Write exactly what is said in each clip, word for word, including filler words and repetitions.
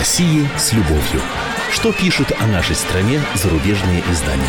России с любовью. Что пишут о нашей стране зарубежные издания?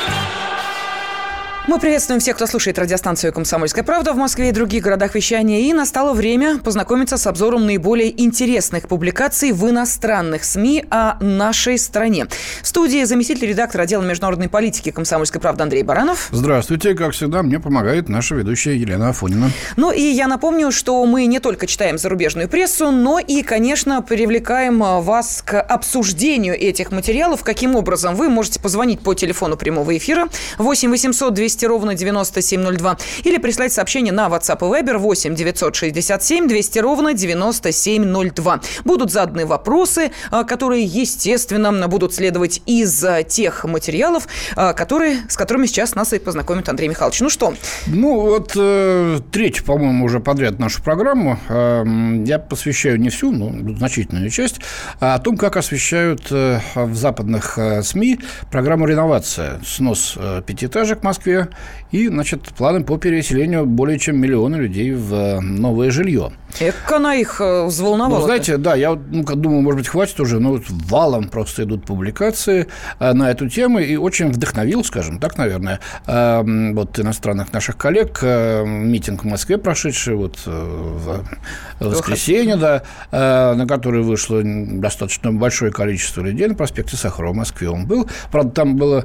Мы приветствуем всех, кто слушает радиостанцию «Комсомольская правда» в Москве и других городах вещания. И настало время познакомиться с обзором наиболее интересных публикаций в иностранных СМИ о нашей стране. В студии заместитель редактора отдела международной политики «Комсомольской правды» Андрей Баранов. Здравствуйте. Как всегда, мне помогает наша ведущая Елена Афонина. Ну и я напомню, что мы не только читаем зарубежную прессу, но и, конечно, привлекаем вас к обсуждению этих материалов. Каким образом? Вы можете позвонить по телефону прямого эфира восемь восемьсот двести ровно девяносто семь ноль два или прислать сообщение на WhatsApp и Viber восемь девятьсот шестьдесят семь двести ровно девяносто семь ноль два. Будут заданы вопросы, которые, естественно, будут следовать из тех материалов, которые, с которыми сейчас нас и познакомит Андрей Михайлович. Ну что? Ну вот э, третью, по-моему, уже подряд нашу программу э, я посвящаю не всю, но значительную часть, а о том, как освещают э, в западных э, СМИ программу «Реновация». Снос э, пятиэтажек в Москве и, значит, планы по переселению более чем миллиона людей в новое жилье. Эка она их взволновала. Ну, знаете, да, я ну, думаю, может быть, хватит уже, но вот валом просто идут публикации на эту тему, и очень вдохновил, скажем так, наверное, вот иностранных наших коллег митинг в Москве прошедший вот в воскресенье, да, на который вышло достаточно большое количество людей на проспекте Сахарова в Москве он был. Правда, там было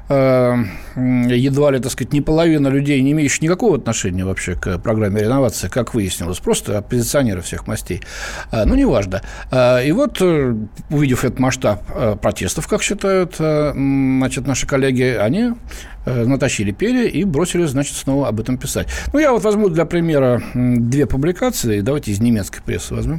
едва ли, так сказать, не половина людей, не имеющих никакого отношения вообще к программе реновации, как выяснилось, просто оппозиционеры всех мастей. Ну, неважно. И вот, увидев этот масштаб протестов, как считают, значит, наши коллеги, они натащили перья и бросили, значит, снова об этом писать. Ну, я вот возьму для примера две публикации. Давайте из немецкой прессы возьмем.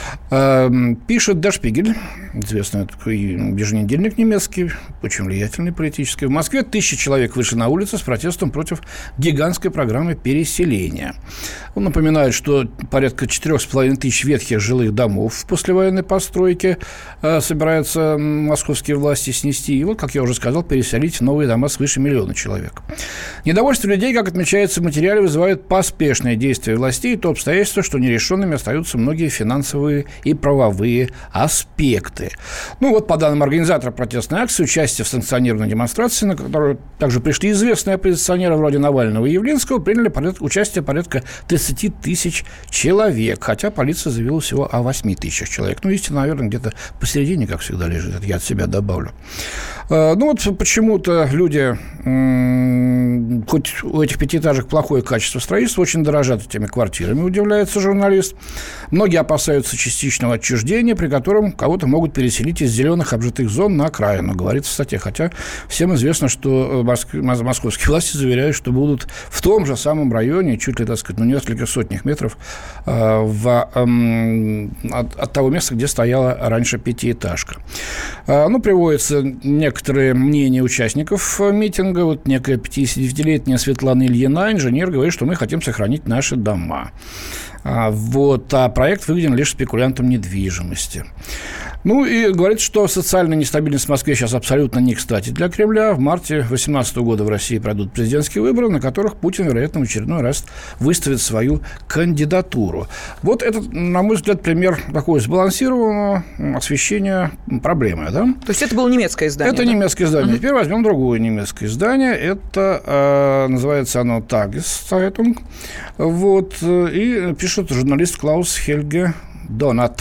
Пишет Der Spiegel, известный такой еженедельник немецкий, очень влиятельный политический. В Москве тысячи человек вышли на улицы с протестом против гигантской программы переселения. Он напоминает, что порядка четырех с половиной тысяч ветхих жилых домов в послевоенной постройке собираются московские власти снести. И вот, как я уже сказал, переселить в новые дома свыше миллиона человек. Недовольство людей, как отмечается в материале, вызывает поспешные действия властей и то обстоятельство, что нерешенными остаются многие финансовые и правовые аспекты. Ну вот, по данным организатора протестной акции, участие в санкционированной демонстрации, на которую также пришли известные оппозиционеры вроде Навального и Явлинского, приняли порядка, участие порядка тридцать тысяч человек, хотя полиция заявила всего о восемь тысяч человек. Ну, истина, наверное, где-то посередине, как всегда, лежит. Это я от себя добавлю. Ну, вот почему-то люди, хоть у этих пятиэтажек плохое качество строительства, очень дорожат этими квартирами, удивляется журналист. Многие опасаются частичного отчуждения, при котором кого-то могут переселить из зеленых обжитых зон на окраину, говорится в статье. Хотя всем известно, что московские власти заверяют, что будут в том же самом районе, чуть ли, так сказать, ну, несколько сотнях метров в, от, от того места, где стояла раньше пятиэтажка. Ну, приводятся некоторые мнения участников митинга. Вот некая пятидесятидевятилетняя Светлана Ильина, инженер, говорит, что мы хотим сохранить наши дома. Вот, а проект выгоден лишь спекулянтам недвижимости. Ну, и говорит, что социальная нестабильность в Москве сейчас абсолютно не кстати для Кремля. В марте две тысячи восемнадцатого года в России пройдут президентские выборы, на которых Путин, вероятно, в очередной раз выставит свою кандидатуру. Вот это, на мой взгляд, пример такого сбалансированного освещения проблемы. Да? То есть это было немецкое издание? Это да? немецкое издание. Uh-huh. Теперь возьмем другое немецкое издание. Это, э, называется оно Tageszeitung. Вот, и пишет журналист Клаус Хельге Донат.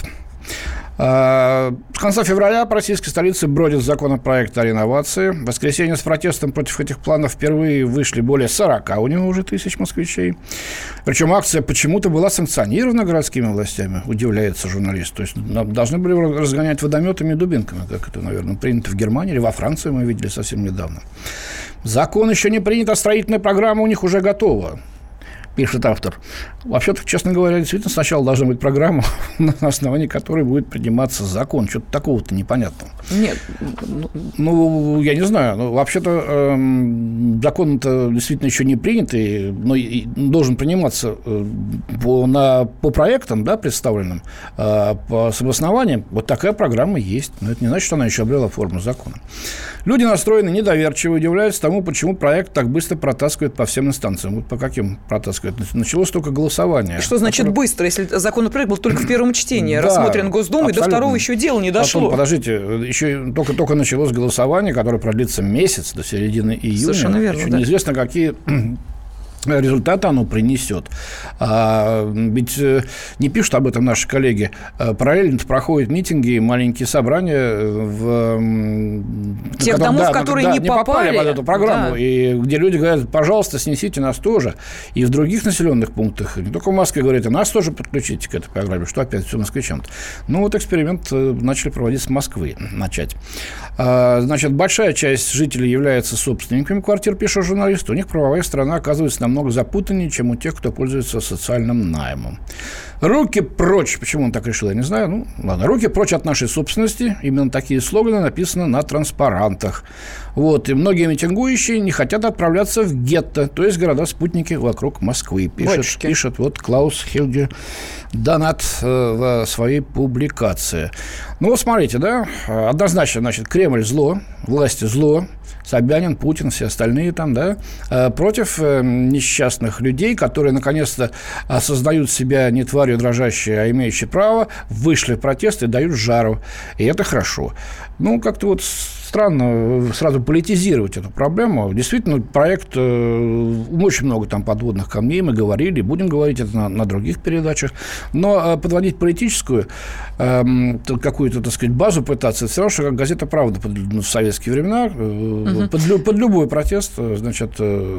С конца февраля по российской столице бродит законопроект о реновации. В воскресенье с протестом против этих планов впервые вышли более сорока у него уже тысяч москвичей. Причем акция почему-то была санкционирована городскими властями, удивляется журналист. То есть должны были разгонять водометами и дубинками, как это, наверное, принято в Германии или во Франции, мы видели совсем недавно. Закон еще не принят, а строительная программа у них уже готова, пишет автор. Вообще-то, честно говоря, действительно, сначала должна быть программа, на основании которой будет приниматься закон. Что-то такого-то непонятного. Нет. Ну, я не знаю. Ну, вообще-то, эм, закон-то действительно еще не принятый, но и должен приниматься э, по, на, по проектам, да, представленным, э, по обоснованиям. Вот такая программа есть. Но это не значит, что она еще обрела форму закона. Люди настроены недоверчиво, удивляются тому, почему проект так быстро протаскивает по всем инстанциям. Вот по каким протаскивает быстро. Началось только голосование. Что значит которое... быстро, если законопроект был только в первом чтении, да, рассмотрен Госдумой, до второго еще дело не дошло. Потом, подождите, еще только-только началось голосование, которое продлится месяц до середины июня. Совершенно верно, еще да. неизвестно, какие... результаты оно принесет. А, ведь не пишут об этом наши коллеги. Параллельно проходят митинги, маленькие собрания в тех которых, домов, да, которые да, не, не попали. попали под эту программу, Да. И где люди говорят, пожалуйста, снесите нас тоже. И в других населенных пунктах, не только в Москве, говорят, и нас тоже подключите к этой программе, что опять все москвичам-то. Ну, вот эксперимент начали проводить с Москвы, начать. А, значит, большая часть жителей является собственниками квартир, пишет журналист. У них правовая страна оказывается намного намного запутаннее, чем у тех, кто пользуется социальным наймом. Руки прочь. Почему он так решил, я не знаю. Ну, ладно. Руки прочь от нашей собственности. Именно такие слоганы написаны на транспарантах. Вот. И многие митингующие не хотят отправляться в гетто, то есть города-спутники вокруг Москвы. Пишет, пишет вот Клаус Хильге Донат в своей публикации. Ну, вот смотрите, да, однозначно, значит, Кремль зло, власти зло, Собянин, Путин, все остальные там, да, против несчастных людей, которые наконец-то осознают себя не тварью дрожащей, а имеющие право, вышли в протест и дают жару. И это хорошо. Ну, как-то вот странно сразу политизировать эту проблему. Действительно, проект, очень много там подводных камней, мы говорили, будем говорить это на, на других передачах. Но подводить политическую какую-то, так сказать, базу пытаться, это все равно, что как газета «Правда» под, в советские времена, угу. под, под любой протест, значит,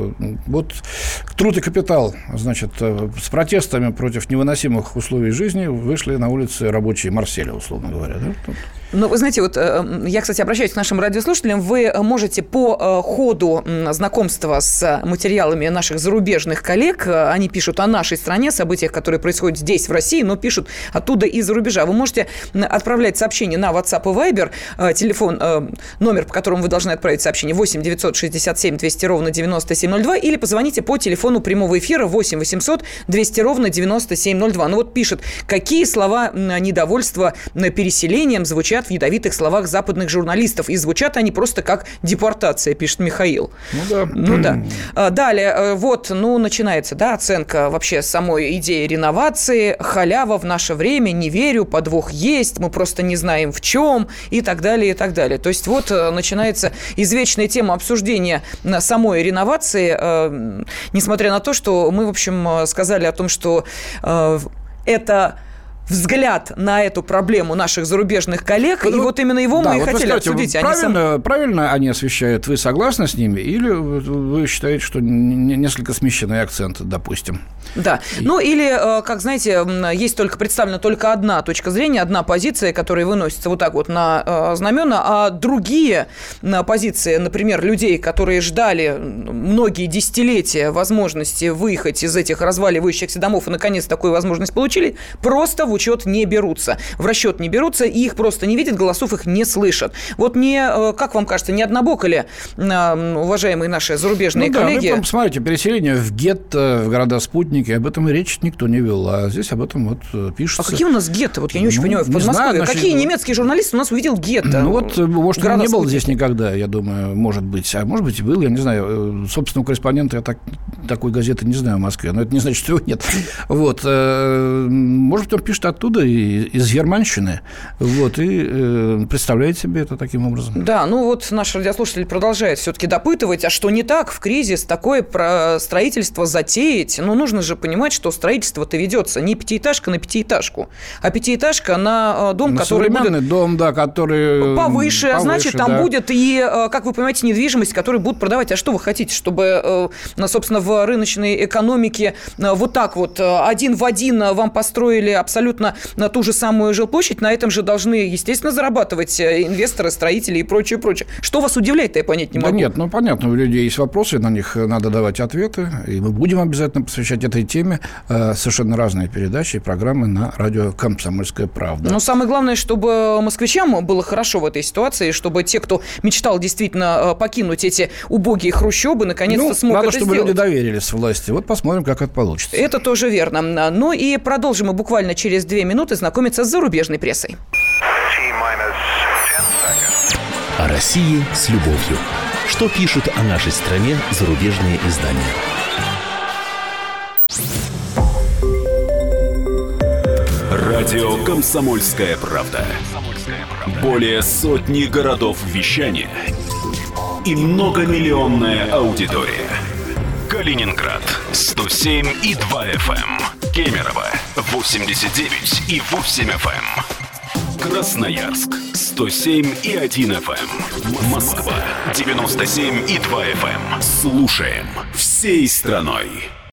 вот труд и капитал, значит, с протестами против невыносимых условий жизни вышли на улицы рабочие Марселя, условно говоря. Да? Ну, вы знаете, вот я, кстати, обращаюсь к нашим радиослушателям. Вы можете по ходу знакомства с материалами наших зарубежных коллег, они пишут о нашей стране, событиях, которые происходят здесь, в России, но пишут оттуда из-за рубежа. Вы можете отправлять сообщения на WhatsApp и Viber. Телефон, номер, по которому вы должны отправить сообщение, восемь девятьсот шестьдесят семь двести ровно девяносто семь ноль два, или позвоните по телефону прямого эфира восемь восемьсот двести ровно девяносто семь ноль два. Ну вот пишет, какие слова недовольства переселением звучат в ядовитых словах западных журналистов. И звучат они просто как депортация, пишет Михаил. Ну да. Ну да. Далее, вот, ну, начинается, да, оценка вообще самой идеи реновации. Халява в наше время, не верю, подвох есть, мы просто не знаем в чем, и так далее, и так далее. То есть вот начинается извечная тема обсуждения самой реновации, несмотря на то, что мы, в общем, сказали о том, что это... взгляд на эту проблему наших зарубежных коллег, ну, и вот именно его да, мы и вот хотели скажете, обсудить. Правильно, они сам... правильно они освещают, вы согласны с ними, или вы считаете, что несколько смещенный акцент, допустим? Да, и... ну или, как знаете, есть только представлена только одна точка зрения, одна позиция, которая выносится вот так вот на знамена, а другие позиции, например, людей, которые ждали многие десятилетия возможности выехать из этих разваливающихся домов и наконец такую возможность получили, просто в учет не берутся. В расчет не берутся, и их просто не видят, голосов их не слышат. Вот не, как вам кажется, не однобоко ли, уважаемые наши зарубежные ну, да, коллеги? Ну, посмотрите, переселение в гетто, в города-спутники, об этом и речь никто не вел, а здесь об этом вот пишется. А какие у нас гетто? Вот я не очень ну, понимаю, в Подмосковье. Наши... Какие немецкие журналисты у нас увидел гетто? Ну вот, может, он не был здесь никогда, я думаю, может быть. А может быть, и был, я не знаю. Собственного корреспондента я так, такой газеты не знаю в Москве, но это не значит, что его нет. Вот. Может быть, он пишет оттуда, из германщины, вот, и э, представляет себе это таким образом. Да, ну вот наш радиослушатель продолжает все-таки допытывать, а что не так в кризис такое про строительство затеять? Ну, нужно же понимать, что строительство-то ведется не пятиэтажка на пятиэтажку, а пятиэтажка на дом, на который... современный нам... дом, да, который... Повыше, а значит, там да. будет и, как вы понимаете, недвижимость, которую будут продавать. А что вы хотите, чтобы, собственно, в рыночной экономике вот так вот один в один вам построили абсолютно на ту же самую жилплощадь, на этом же должны, естественно, зарабатывать инвесторы, строители и прочее, прочее. Что вас удивляет-то, я понять не могу. Да нет, ну, понятно, у людей есть вопросы, на них надо давать ответы, и мы будем обязательно посвящать этой теме совершенно разные передачи и программы на радио «Комсомольская правда». Но самое главное, чтобы москвичам было хорошо в этой ситуации, чтобы те, кто мечтал действительно покинуть эти убогие хрущебы, наконец-то ну, смог надо, это чтобы сделать. люди доверились власти. Вот посмотрим, как это получится. Это тоже верно. Ну и продолжим мы буквально через две минуты знакомиться с зарубежной прессой. О России с любовью. Что пишут о нашей стране зарубежные издания? Радио «Комсомольская правда». Более сотни городов вещания и многомиллионная аудитория. Калининград сто семь и два эф эм, Кемерово восемьдесят девять и восемь эф эм, Красноярск сто семь и один эф эм, Москва девяносто семь и два эф эм. Слушаем всей страной.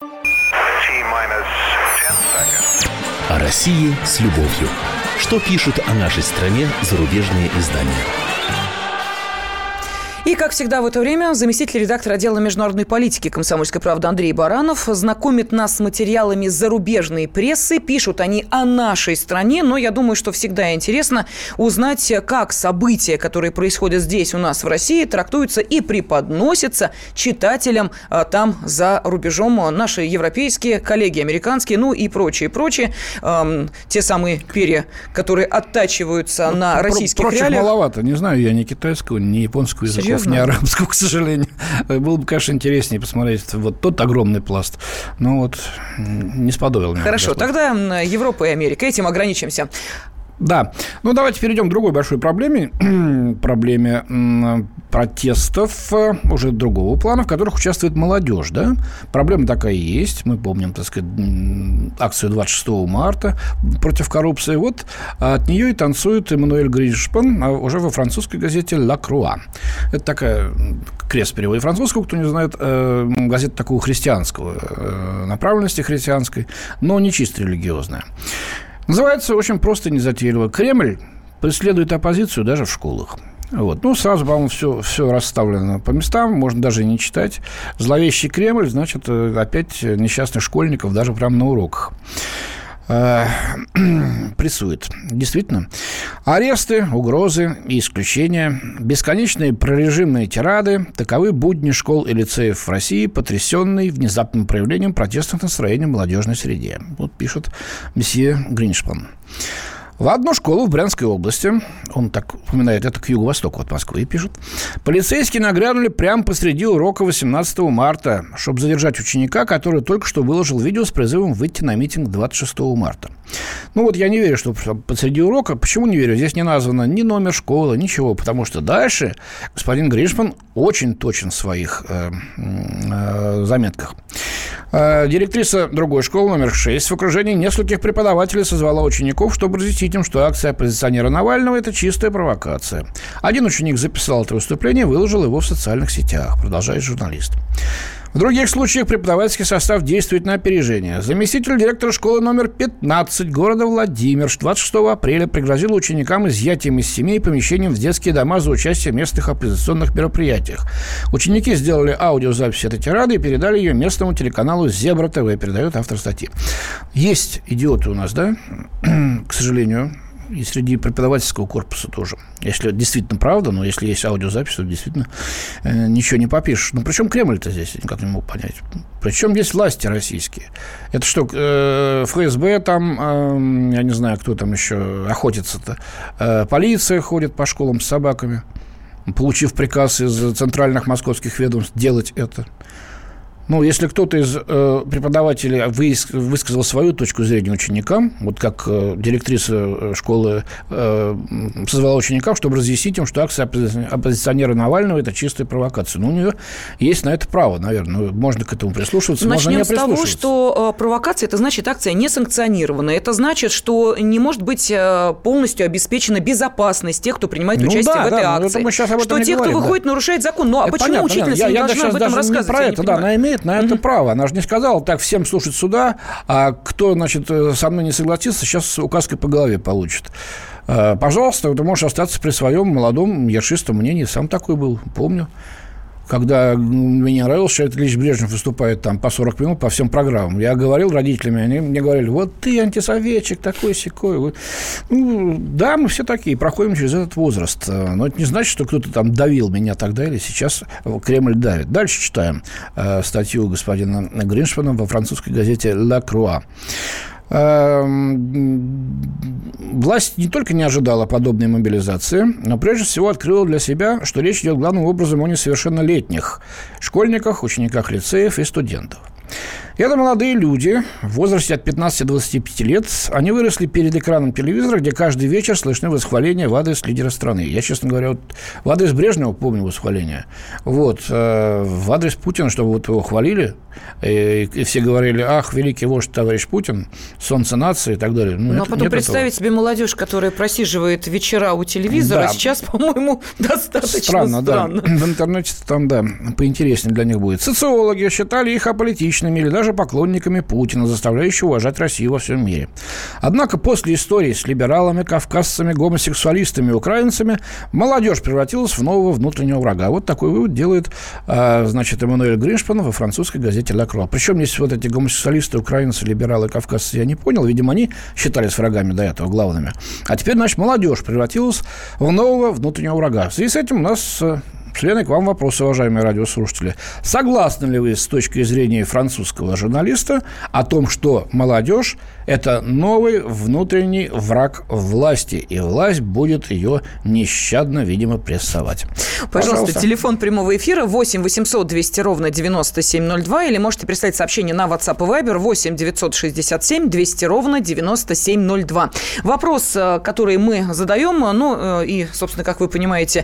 О России с любовью. Что пишут о нашей стране зарубежные издания? И, как всегда в это время, заместитель редактора отдела международной политики «Комсомольской правды» Андрей Баранов знакомит нас с материалами зарубежной прессы. Пишут они о нашей стране, но я думаю, что всегда интересно узнать, как события, которые происходят здесь у нас в России, трактуются и преподносятся читателям а, там за рубежом. Наши европейские коллеги, американские, ну и прочие, прочие. Эм, те самые перья, которые оттачиваются ну, на российских прочих реалиях. маловато. Не знаю я ни китайского, ни японского языка. Не арабского, к сожалению. Было бы, конечно, интереснее посмотреть вот тот огромный пласт. Но вот не сподобил меня. Хорошо, тогда Европа и Америка. Этим ограничимся. Да. Ну, давайте перейдем к другой большой проблеме. Проблеме протестов уже другого плана, в которых участвует молодежь. Да? Проблема такая есть. Мы помним, так сказать, акцию двадцать шестого марта против коррупции. Вот от нее и танцует Эммануэль Гришпан уже во французской газете «Ла Круа». Это такая, крест в переводе французского, кто не знает, газета такого христианского направленности, христианской, но не чисто религиозная. Называется очень просто и незатейливо. Кремль преследует оппозицию даже в школах. Вот. Ну, сразу, по-моему, все, все расставлено по местам, можно даже и не читать. Зловещий Кремль, значит, опять несчастных школьников даже прямо на уроках прессует. Действительно. Аресты, угрозы и исключения, бесконечные прорежимные тирады – таковы будни школ и лицеев в России, потрясенные внезапным проявлением протестных настроений в молодежной среде. Вот пишет месье Гриншпан. В одну школу в Брянской области, он так упоминает, это к юго-востоку от Москвы, пишет, полицейские нагрянули прямо посреди урока восемнадцатого марта, чтобы задержать ученика, который только что выложил видео с призывом выйти на митинг двадцать шестого марта. Ну вот я не верю, что посреди урока. Почему не верю? Здесь не названо ни номер школы, ничего, потому что дальше господин Гришпан очень точен в своих э, э, заметках. Э, директриса другой школы, номер шесть, в окружении нескольких преподавателей созвала учеников, чтобы разъяснить им, что акция оппозиционера Навального – это чистая провокация. Один ученик записал это выступление и выложил его в социальных сетях, продолжает журналист. В других случаях преподавательский состав действует на опережение. Заместитель директора школы номер пятнадцать города Владимир двадцать шестого апреля пригрозил ученикам изъятием из семей помещением в детские дома за участие в местных оппозиционных мероприятиях. Ученики сделали аудиозапись этой тирады и передали ее местному телеканалу «Зебра ТВ», передает автор статьи. Есть идиоты у нас, да? К сожалению. И среди преподавательского корпуса тоже. Если это действительно правда, но если есть аудиозапись, то действительно э, ничего не попишешь. Ну, причем Кремль-то здесь, я никак не могу понять. Причем здесь власти российские. Это что, э, эф эс бэ там, э, я не знаю, кто там еще охотится-то. Э, полиция ходит по школам с собаками, получив приказ из центральных московских ведомств делать это. Ну, если кто-то из э, преподавателей выс- высказал свою точку зрения ученикам, вот как э, директриса школы э, созвала учеников, чтобы разъяснить им, что акция оппози- оппозиционера Навального – это чистая провокация. Ну, у нее есть на это право, наверное. Можно к этому прислушиваться, Начнем можно не с того, прислушиваться. что э, провокация – это значит акция несанкционированная. Это значит, что не может быть э, полностью обеспечена безопасность тех, кто принимает ну, участие да, в этой да, акции. Мы сейчас об этом что не те, говорим, кто выходит, да. нарушает закон. Ну, а это почему понятно, учительница я, не я должна об этом даже рассказывать? Не про это, да, она имеет на это mm-hmm. право. Она же не сказала, так, всем слушать суда, а кто, значит, со мной не согласится, сейчас указкой по голове получит. Пожалуйста, ты можешь остаться при своем молодом ершистом мнении. Сам такой был, помню. Когда мне нравилось, что Ильич Брежнев выступает там по сорок минут по всем программам. Я говорил родителям, они мне говорили, вот ты антисоветчик такой-сякой. Ну, да, мы все такие, проходим через этот возраст. Но это не значит, что кто-то там давил меня тогда или сейчас Кремль давит. Дальше читаем э, статью господина Гриншпана во французской газете «Ла Круа». Власть не только не ожидала подобной мобилизации, но прежде всего открыла для себя, что речь идет главным образом о несовершеннолетних школьниках, учениках лицеев и студентах. Это молодые люди в возрасте от пятнадцати до двадцати пяти лет. Они выросли перед экраном телевизора, где каждый вечер слышны восхваления в адрес лидера страны. Я, честно говоря, вот в адрес Брежнева помню восхваления. Вот. Э, в адрес Путина, чтобы вот его хвалили, и, и все говорили: ах, великий вождь товарищ Путин, солнце нации и так далее. Ну, Но это, потом представить этого. Себе молодежь, которая просиживает вечера у телевизора, да. Сейчас, по-моему, достаточно странно. странно. Да. В интернете там, да, поинтереснее для них будет. Социологи считали их аполитичными или даже поклонниками Путина, заставляющего уважать Россию во всем мире. Однако после истории с либералами, кавказцами, гомосексуалистами и украинцами молодежь превратилась в нового внутреннего врага. Вот такой вывод делает, значит, Эммануэль Гриншпан во французской газете «Ля Круа». Причем здесь вот эти гомосексуалисты, украинцы, либералы, кавказцы, я не понял. Видимо, они считались врагами до этого главными. А теперь, значит, молодежь превратилась в нового внутреннего врага. В связи с этим у нас с Леной к вам вопрос, уважаемые радиослушатели. Согласны ли вы с точки зрения французского журналиста о том, что молодежь – это новый внутренний враг власти, и власть будет ее нещадно, видимо, прессовать? Пожалуйста, Пожалуйста. Телефон прямого эфира восемь восемьсот двести ровно девяносто семь ноль два, или можете прислать сообщение на WhatsApp и Viber восемь девятьсот шестьдесят семь двести ровно девяносто семь ноль два. Вопрос, который мы задаем, ну и, собственно, как вы понимаете,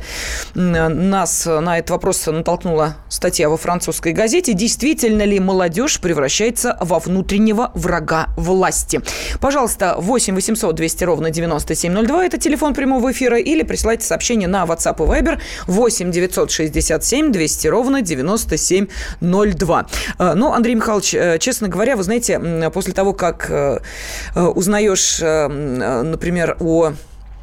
нас на этот вопрос натолкнула статья во французской газете. Действительно ли молодежь превращается во внутреннего врага власти? Пожалуйста, восемь восемьсот двести ровно девяносто семь ноль два, это телефон прямого эфира, или присылайте сообщение на WhatsApp и Viber восемь девятьсот шестьдесят семь двести ровно девяносто семь ноль два. Ну, Андрей Михайлович, честно говоря, вы знаете, после того, как узнаешь, например, о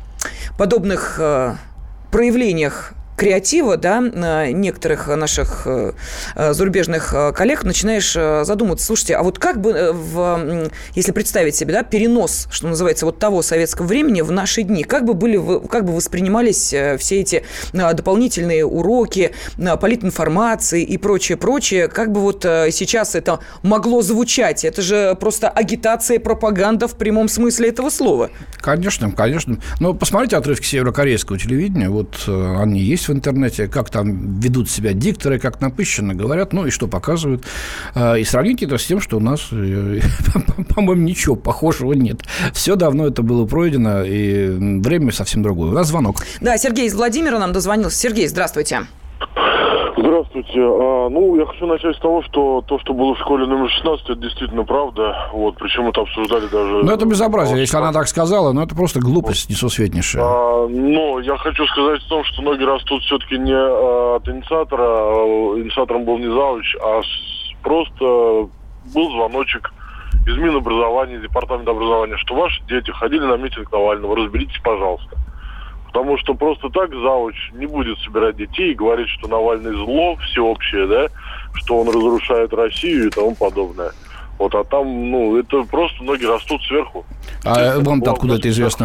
подобных проявлениях креатива, да, некоторых наших зарубежных коллег, начинаешь задумываться: слушайте, а вот как бы, в, если представить себе, да, перенос, что называется, вот того советского времени в наши дни, как бы были, как бы воспринимались все эти дополнительные уроки, политинформации и прочее, прочее, как бы вот сейчас это могло звучать? Это же просто агитация, пропаганда в прямом смысле этого слова. Конечно, конечно. Но посмотрите отрывки северокорейского телевидения, вот они есть в интернете, как там ведут себя дикторы, как напыщенно говорят, ну и что показывают. И сравните это с тем, что у нас, по-моему, ничего похожего нет. Все давно это было пройдено, и время совсем другое. У нас звонок. Да, Сергей из Владимира нам дозвонился. Сергей, здравствуйте. Здравствуйте. А, ну, я хочу начать с того, что то, что было в школе номер шестнадцать, это действительно правда. Вот, причем это обсуждали даже... Ну, это безобразие, вот, если она так сказала, но это просто глупость вот. Несусветнейшая. А, но я хочу сказать в том, что ноги растут все-таки не а, от инициатора, а, инициатором был не завуч, а с, просто был звоночек из Минобразования, Департамента образования, что ваши дети ходили на митинг Навального, разберитесь, пожалуйста. Потому что просто так завуч не будет собирать детей и говорить, что Навальный зло всеобщее, да, что он разрушает Россию и тому подобное. Вот, а там, ну, это просто ноги растут сверху. А вам откуда это известно?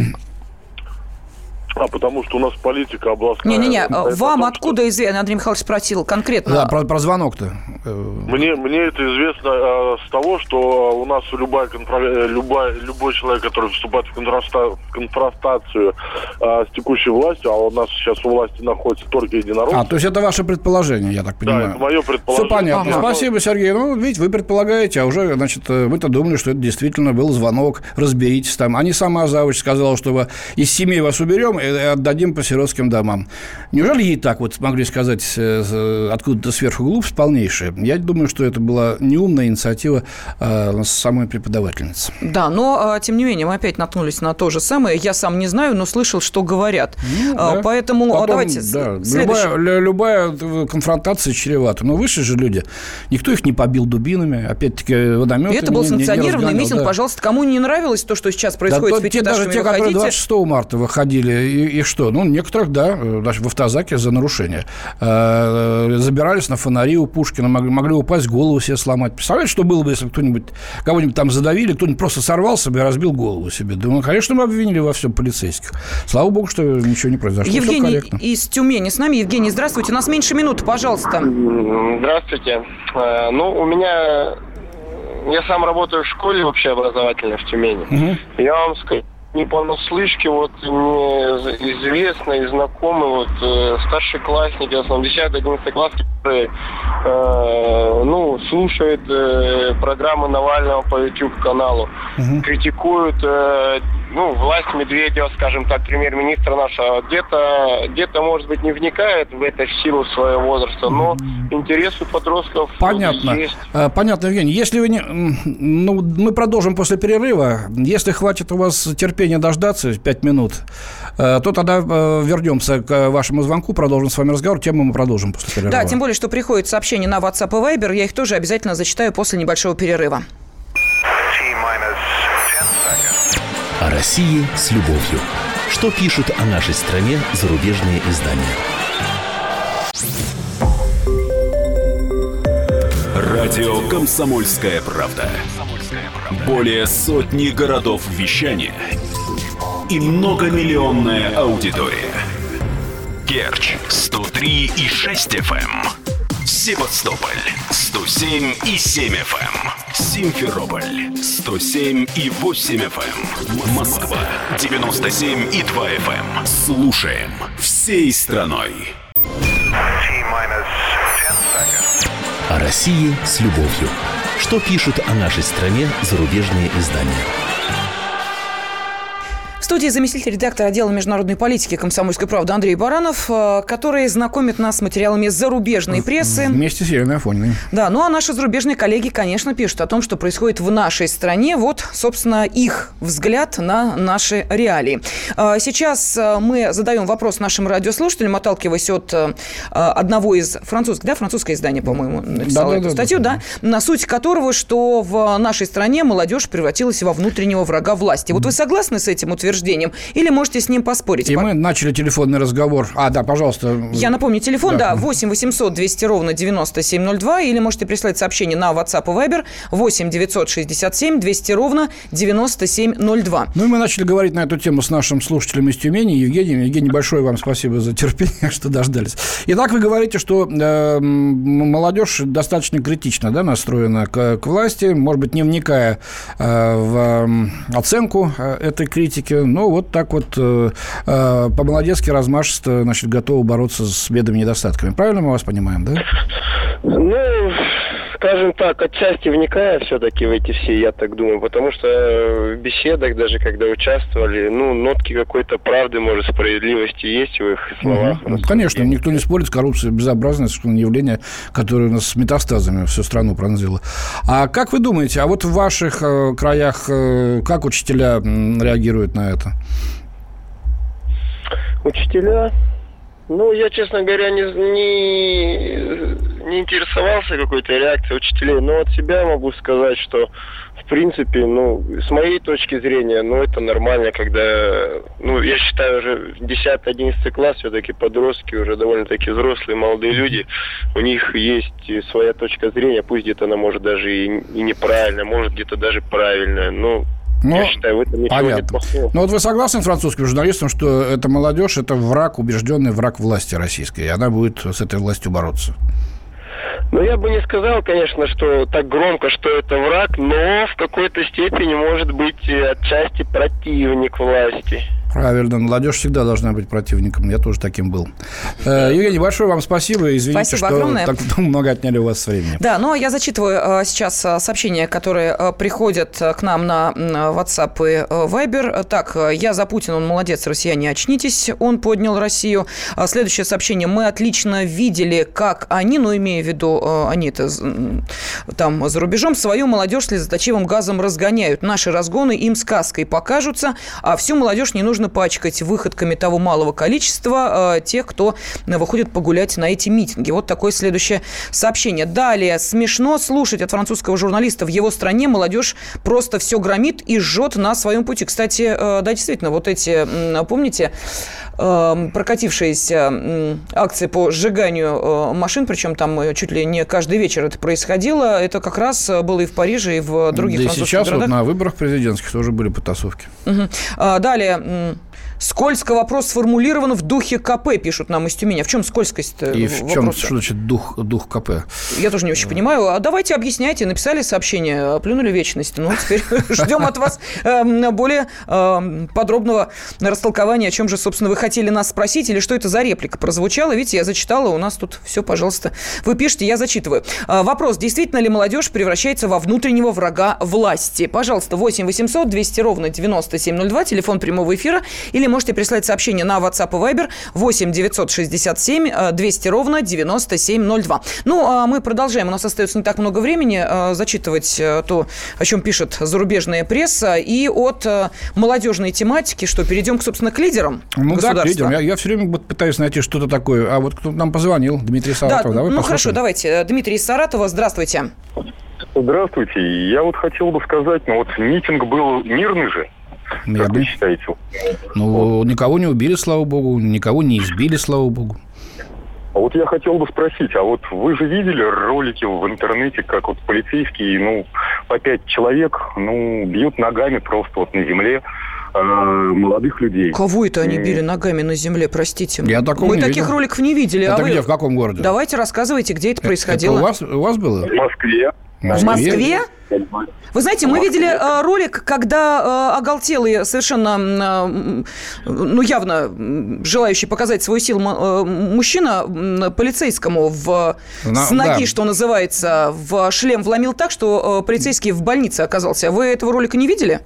А потому что у нас политика областная. Не-не-не, вам том, откуда что... известно, Андрей Михайлович спросил конкретно. Да, про, про звонок-то. Мне, мне это известно э, с того, что у нас любая, конфра... любая, любой человек, который вступает в, контраста... в конфронтацию э, с текущей властью, а у нас сейчас у власти находится только единороссы. А, то есть это ваше предположение, я так понимаю. Да, это мое предположение. Все понятно. Ага. Спасибо, Сергей. Ну, видите, вы предполагаете, а уже, значит, мы-то думали, что это действительно был звонок, разберитесь там. А не сама завуч сказала, что из семей вас уберем и отдадим по сиротским домам. Неужели ей так вот смогли сказать откуда-то сверху глупость полнейшая? Я думаю, что это была неумная инициатива э, самой преподавательницы. Да, но, тем не менее, мы опять наткнулись на то же самое. Я сам не знаю, но слышал, что говорят. Ну, да. Поэтому Потом, давайте да, следующий. Любая, любая конфронтация чревата. Но выше же люди. Никто их не побил дубинами. Опять-таки, водометы. Это был не, санкционированный не митинг. Да. Пожалуйста, кому не нравилось то, что сейчас происходит да, с пятиэтажками, даже те, которые двадцать шестого марта выходили, и, и что? Ну, некоторых, да, даже в автозаке за нарушение. Забирались на фонари у Пушкина, могли, могли упасть, голову себе сломать. Представляете, что было бы, если кто-нибудь, кого-нибудь там задавили, кто-нибудь просто сорвался бы и разбил голову себе? Думаю, конечно, мы обвинили во всем полицейских. Слава богу, что ничего не произошло. Евгений из Тюмени с нами. Евгений, здравствуйте. У нас меньше минуты, пожалуйста. Здравствуйте. Ну, у меня... Я сам работаю в школе общеобразовательной в Тюмени. Угу. Я вам скажу, не понаслышке, вот мне известно и знакомы, вот э, старшеклассники, в основном десятый-одиннадцатый класс, которые э, ну, слушают э, программы Навального по YouTube-каналу, угу. критикуют э, ну, власть Медведева, скажем так, премьер-министра нашего, где-то, где-то, может быть, не вникает в это в силу своего возраста, но интерес у подростков Понятно. есть. Понятно, Евгений. Если вы не... ну, мы продолжим после перерыва. Если хватит у вас терпения дождаться пять минут, то тогда вернемся к вашему звонку, продолжим с вами разговор. Тему мы продолжим после перерыва. Да, тем более, что приходят сообщения на WhatsApp и Viber. Я их тоже обязательно зачитаю после небольшого перерыва. О России с любовью. Что пишут о нашей стране зарубежные издания? Радио «Комсомольская правда». Более сотни городов вещания и многомиллионная аудитория. Керчь сто три и шесть эф эм, Севастополь сто семь и семь эф эм, Симферополь сто семь и восемь эф эм, Москва девяносто семь и два эф эм. Слушаем всей страной. О России с любовью. Что пишут о нашей стране зарубежные издания? В студии заместитель редактора отдела международной политики «Комсомольской правды» Андрей Баранов, который знакомит нас с материалами зарубежной прессы. Вместе с Еленой Афониной. Да, ну а наши зарубежные коллеги, конечно, пишут о том, что происходит в нашей стране. Вот, собственно, их взгляд на наши реалии. Сейчас мы задаем вопрос нашим радиослушателям, отталкиваясь от одного из французских, да, французское издание, по-моему, написало да, эту да, статью, да, да, на суть которого, что в нашей стране молодежь превратилась во внутреннего врага власти. Вот вы согласны с этим утверждением? Или можете с ним поспорить? И мы начали телефонный разговор. А, да, пожалуйста. Я напомню, телефон, да, да восемь восемьсот двести ровно девяносто семь ноль два. Или можете прислать сообщение на WhatsApp и Viber восемь девятьсот шестьдесят семь двести ровно девяносто семь ноль два. Ну и мы начали говорить на эту тему с нашим слушателем из Тюмени, Евгением. Евгений, большое вам спасибо за терпение, что дождались. Итак, вы говорите, что э, молодежь достаточно критично, да, настроена к, к власти, может быть, не вникая э, в э, оценку э, этой критики. Ну, вот так вот э, э, по-молодецки размашисто, значит, готовы бороться с бедами и недостатками. Правильно мы вас понимаем, да? Ну, скажем так, отчасти вникая все-таки в эти все, я так думаю, потому что в беседах, даже когда участвовали, ну, нотки какой-то правды, может, справедливости есть в их словах. Угу. Конечно, никто не спорит, коррупция безобразное совершенно явление, которое у нас с метастазами всю страну пронзило. А как вы думаете, а вот в ваших э, краях э, как учителя реагируют на это? Учителя? Ну, я, честно говоря, не, не, не интересовался какой-то реакцией учителей, но от себя могу сказать, что, в принципе, ну, с моей точки зрения, ну, это нормально, когда, ну, я считаю, уже десятый-одиннадцатый класс, все-таки подростки, уже довольно-таки взрослые, молодые люди, у них есть своя точка зрения, пусть где-то она может даже и, и неправильная, может где-то даже правильная, но... Но, я считаю, в этом ничего понятно. нет плохого. Но вот вы согласны с французским журналистом, что эта молодежь – это враг, убежденный враг власти российской, и она будет с этой властью бороться? Ну, я бы не сказал, конечно, что так громко, что это враг, но в какой-то степени может быть отчасти противник власти. Правильно, молодежь всегда должна быть противником. Я тоже таким был. Евгений, большое вам спасибо. Извините, спасибо что огромное. Так много отняли у вас времени. Да, ну а я зачитываю сейчас сообщения, которые приходят к нам на WhatsApp и Viber. Так, я за Путина, он молодец, россияне, очнитесь. Он поднял Россию. Следующее сообщение. Мы отлично видели, как они, ну, имея в виду, они это там за рубежом, свою молодежь слезоточивым газом разгоняют. Наши разгоны им сказкой покажутся, а всю молодежь не нужно пачкать выходками того малого количества э, тех, кто выходит погулять на эти митинги. Вот такое следующее сообщение. Далее. Смешно слушать от французского журналиста. В его стране молодежь просто все громит и жжет на своем пути. Кстати, э, да, действительно, вот эти, э, помните, э, прокатившиеся э, акции по сжиганию э, машин, причем там э, чуть ли не каждый вечер это происходило, это как раз было и в Париже, и в других да французских сейчас городах. Вот на выборах президентских тоже были потасовки. Угу. А, далее. Скользко вопрос сформулирован в духе КП, пишут нам из Тюмени. А в чем скользкость-то И в чем, вопроса? что значит дух, дух КП? Я тоже не очень понимаю. А давайте объясняйте. Написали сообщение, плюнули вечность. Ну, теперь ждем от вас более подробного растолкования, о чем же, собственно, вы хотите. хотели нас спросить, или что это за реплика прозвучала. Видите, я зачитала, у нас тут все, пожалуйста, вы пишите, я зачитываю. Вопрос, действительно ли молодежь превращается во внутреннего врага власти? Пожалуйста, восемь восемьсот двести ровно девяносто семь ноль два, телефон прямого эфира, или можете прислать сообщение на WhatsApp и Viber восемь девятьсот шестьдесят семь двести ровно девяносто семь ноль два. Ну, а мы продолжаем, у нас остается не так много времени зачитывать то, о чем пишет зарубежная пресса, и от молодежной тематики, что перейдем, перейдем, собственно, к лидерам ну, государства. Да, к лидерам. Я, я все время пытаюсь найти что-то такое. А вот кто нам позвонил? Дмитрий Саратов. Да, Давай ну, послушаем. хорошо, давайте. Дмитрий из Саратова, здравствуйте. Здравствуйте. Я вот хотел бы сказать, ну вот митинг был мирный же. Мирный. Как вы считаете? Ну, вот. Никого не убили, слава богу, никого не избили, слава богу. А вот я хотел бы спросить, а вот вы же видели ролики в интернете, как вот полицейские, ну, по пять человек, ну, бьют ногами просто вот на земле э, молодых людей. Кого это они били ногами на земле, простите? Я такого Мы не таких видел. роликов не видели. Это а где, вы... в каком городе? Давайте рассказывайте, где это происходило. Это у вас, у вас было? В Москве. В Москве? Вы знаете, мы видели э, ролик, когда э, оголтелый, совершенно, э, ну, явно желающий показать свою силу э, мужчина э, полицейскому в, На, с ноги, да. что называется, в шлем вломил так, что э, полицейский в больнице оказался. Вы этого ролика не видели?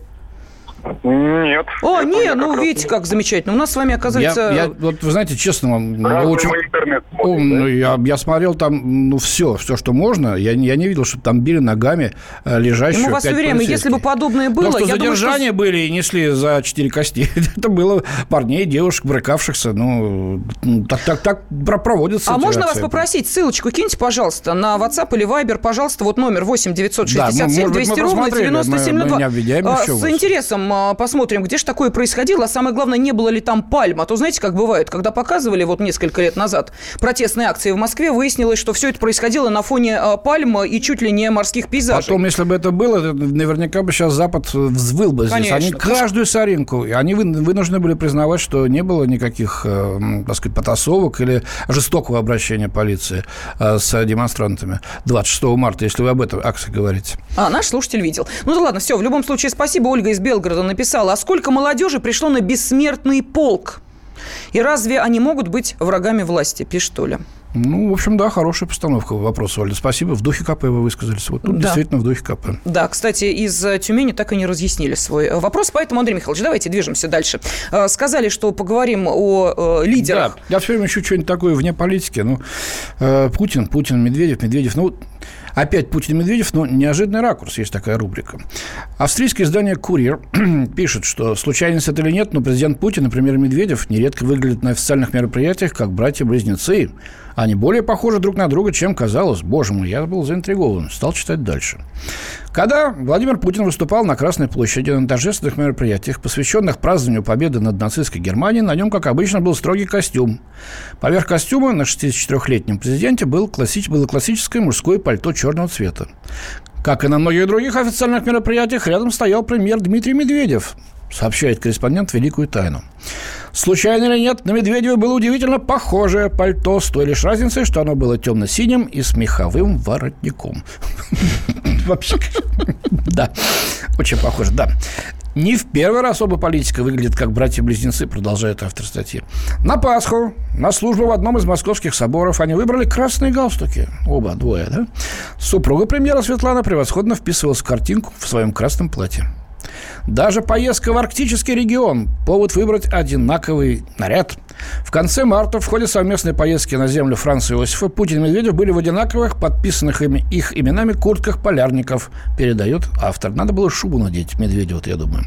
Нет. О, Это не, я ну, как видите, раз- как замечательно. У нас с вами, оказывается... Я, я, вот, вы знаете, честно вам, я Разве очень... мы интернет О, смотрим, ну, да? я, я смотрел там, ну, все, все, что можно. Я, не- я не видел, чтобы там били ногами э, лежащего Мы вас пять уверяем, полицейских. если бы подобное было... То, что я думаю, задержания что... были и несли за четыре кости, это было парней, девушек, брыкавшихся. Ну, так, так, так проводится. А эти можно вас акции. попросить, ссылочку киньте, пожалуйста, на WhatsApp или Viber, пожалуйста, вот номер восемь девятьсот шестьдесят семь двести ровно девяносто семь ноль два. Мы не обвиняем А, еще С вас. интересом а, посмотрим, где же такое происходило, а самое главное, не было ли там пальм. А то, знаете, как бывает, когда показывали вот несколько лет назад протестные акции в Москве, выяснилось, что все это происходило на фоне а, пальм и чуть ли не морских пейзажей. Потом, если бы это было, то наверняка бы сейчас Запад взвыл бы здесь. Конечно. Они каждую соринку, они вы- вынуждены были признавать, что не было никаких, э, так сказать, потасовок или жестокого обращения полиции э, с демонстрантами двадцать шестого марта, если вы об этом акции говорите. А, наш слушатель видел. Ну да ладно, все, в любом случае, спасибо. Ольга из Белгорода написала, а сколько молодежи пришло на бессмертный полк? И разве они могут быть врагами власти, пишет Оля. Ну, в общем, да, хорошая постановка вопроса, Ольга. Спасибо. В духе КП вы высказались. Вот тут Да. действительно в духе КП. Да, кстати, из э, Тюмени так и не разъяснили свой э, вопрос, поэтому, Андрей Михайлович, давайте движемся дальше. Э, Сказали, что поговорим о э, лидерах. Да, я все время ищу что-нибудь такое вне политики. Ну, э, Путин, Путин, Медведев, Медведев. Ну, опять Путин и Медведев, но неожиданный ракурс, есть такая рубрика. Австрийское издание «Курьер» пишет, что случайность это или нет, но президент Путин и премьер Медведев нередко выглядят на официальных мероприятиях как братья-близнецы. Они более похожи друг на друга, чем казалось. Боже мой, я был заинтригован. Стал читать дальше. Когда Владимир Путин выступал на Красной площади на торжественных мероприятиях, посвященных празднованию победы над нацистской Германией, на нем, как обычно, был строгий костюм. Поверх костюма на шестидесятичетырёхлетнем президенте был классич... было классическое мужское пальто черного цвета. Как и на многих других официальных мероприятиях, рядом стоял премьер Дмитрий Медведев, сообщает корреспондент «Великую тайну». Случайно или нет, на Медведева было удивительно похожее пальто, с той лишь разницей, что оно было темно-синим и с меховым воротником. Вообще, да, очень похоже, да. Не в первый раз оба политика выглядят как братья-близнецы, продолжает автор статьи. На Пасху, на службу в одном из московских соборов они выбрали красные галстуки. Оба, двое, да? Супруга премьера Светлана превосходно вписывалась в картинку в своем красном платье. Даже поездка в арктический регион – повод выбрать одинаковый наряд. В конце марта в ходе совместной поездки на землю Франца Иосифа Путин и Медведев были в одинаковых, подписанных ими, их именами куртках полярников, передает автор. Надо было шубу надеть Медведеву, я думаю.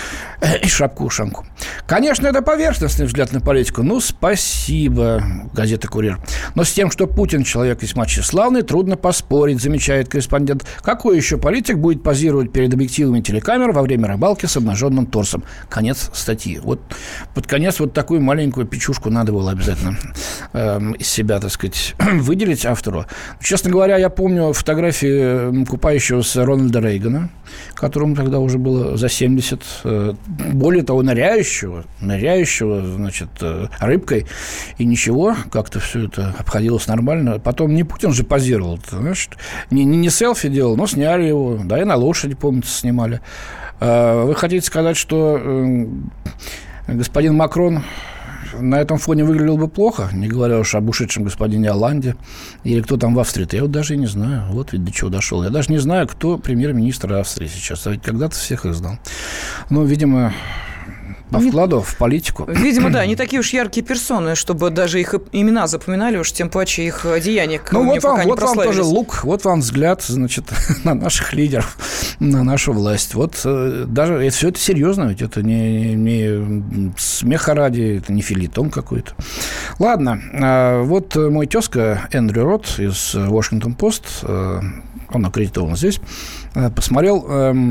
И шапку-ушанку. Конечно, это поверхностный взгляд на политику. Ну, спасибо, газета «Курьер». Но с тем, что Путин человек весьма тщеславный, трудно поспорить, замечает корреспондент. Какой еще политик будет позировать перед объективами телекамер во время рыбалки с обнаженным торсом? Конец статьи. Вот под конец вот такую маленькую печушку надо было обязательно э, из себя, так сказать, выделить автору. Честно говоря, я помню фотографии купающегося Рональда Рейгана, которому тогда уже было за семьдесят. Э, более того, ныряющего, ныряющего, значит, рыбкой, и ничего, как-то все это обходилось нормально. Потом не Путин же позировал, значит, не, не, не селфи делал, но сняли его, да, и на лошади, помните, снимали. Вы хотите сказать, что господин Макрон на этом фоне выглядел бы плохо, не говоря уж об ушедшем господине Оланде или кто там в Австрии-то. Я вот даже и не знаю. Вот ведь до чего дошел. Я даже не знаю, кто премьер-министр Австрии сейчас. А ведь когда-то всех их знал. Ну, видимо... По вкладу в политику. Видимо, да, не такие уж яркие персоны, чтобы даже их имена запоминали, уж тем паче их деяния. Ну, вот вам, вот вам тоже лук, вот вам взгляд, значит, на наших лидеров, на нашу власть. Вот даже это, все это серьезно, ведь это не, не смеха ради, это не филитон какой-то. Ладно, вот мой тезка Эндрю Рот из Washington Post, он аккредитован здесь, посмотрел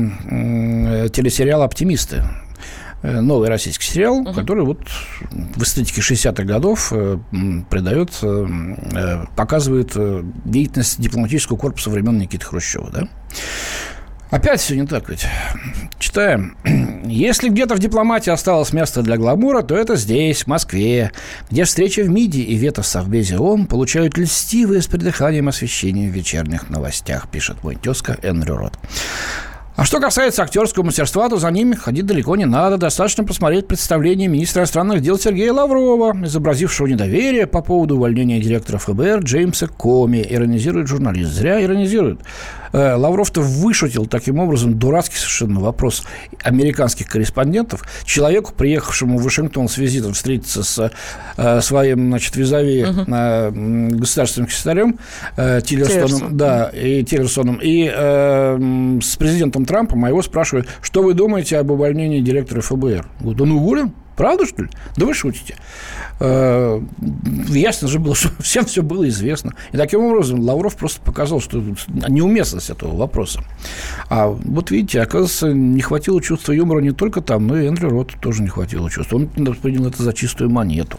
телесериал «Оптимисты». Новый российский сериал, uh-huh. который вот в эстетике шестидесятых годов придает, показывает деятельность дипломатического корпуса времен Никиты Хрущева. Да? Опять все не так ведь. Читаем. Если где-то в дипломатии осталось место для гламура, то это здесь, в Москве, где встречи в МИДе и вето в Совбезе ООН получают льстивые с придыханием освещения в вечерних новостях, пишет мой тезка Эндрю Рот. А что касается актерского мастерства, то за ними ходить далеко не надо. Достаточно посмотреть представление министра иностранных дел Сергея Лаврова, изобразившего недоверие по поводу увольнения директора ФБР Джеймса Коми. Иронизирует журналист. Зря иронизирует. Лавров-то вышутил таким образом дурацкий совершенно вопрос американских корреспондентов. Человеку, приехавшему в Вашингтон с визитом встретиться с э, своим, значит, визави uh-huh. э, государственным секретарем э, Тиллерсоном, да, и Тиллерсоном, и э, с президентом Трампом, а его спрашивают, что вы думаете об увольнении директора ФБР? Говорит, он уволен? Правда, что ли? Да вы шутите. Э, ясно же было, что всем все было известно. И таким образом Лавров просто показал, что неуместность этого вопроса. А вот видите, оказывается, не хватило чувства юмора не только там, но и Эндрю Роту тоже не хватило чувства. Он принял это за чистую монету.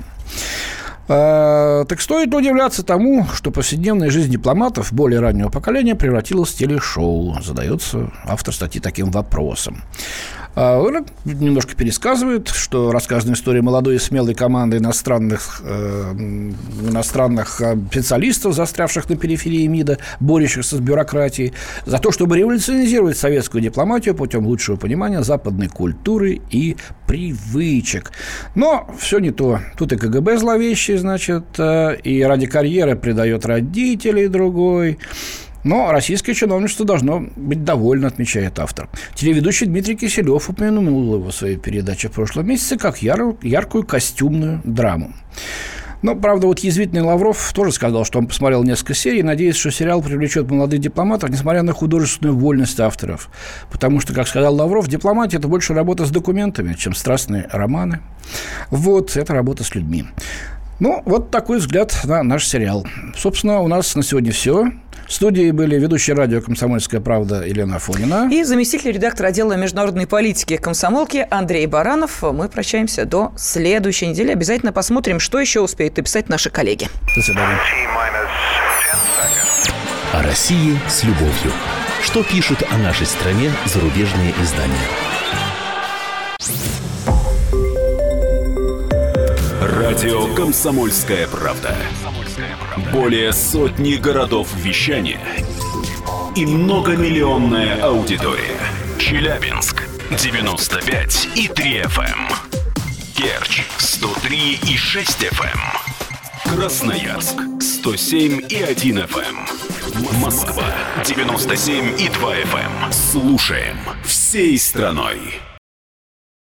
А, так стоит удивляться тому, что повседневная жизнь дипломатов более раннего поколения превратилась в телешоу. Задается автор статьи таким вопросом. А, немножко пересказывает, что рассказана история молодой и смелой команды иностранных, э, иностранных специалистов, застрявших на периферии МИДа, борющихся с бюрократией, за то, чтобы революционизировать советскую дипломатию путем лучшего понимания западной культуры и привычек. Но все не то. Тут и КГБ зловещий, значит, и ради карьеры предает родителей другой. Но российское чиновничество должно быть довольно, отмечает автор. Телеведущий Дмитрий Киселев упомянул его в своей передаче в прошлом месяце как яр- яркую костюмную драму. Но, правда, вот язвительный Лавров тоже сказал, что он посмотрел несколько серий, надеясь, что сериал привлечет молодых дипломатов, несмотря на художественную вольность авторов. Потому что, как сказал Лавров, дипломатия – это больше работа с документами, чем страстные романы. Вот, это работа с людьми. Ну, вот такой взгляд на наш сериал. Собственно, у нас на сегодня все. В студии были ведущие радио «Комсомольская правда» Елена Афонина. И заместитель редактора отдела международной политики «Комсомолки» Андрей Баранов. Мы прощаемся до следующей недели. Обязательно посмотрим, что еще успеют написать наши коллеги. До свидания. О России с любовью. Что пишут о нашей стране зарубежные издания? Радио «Комсомольская правда». Более сотни городов вещания и многомиллионная аудитория. Челябинск девяносто пять и три эф эм, Керчь сто три и шесть эф эм, Красноярск сто семь и один эф эм, Москва девяносто семь и два эф эм. Слушаем всей страной.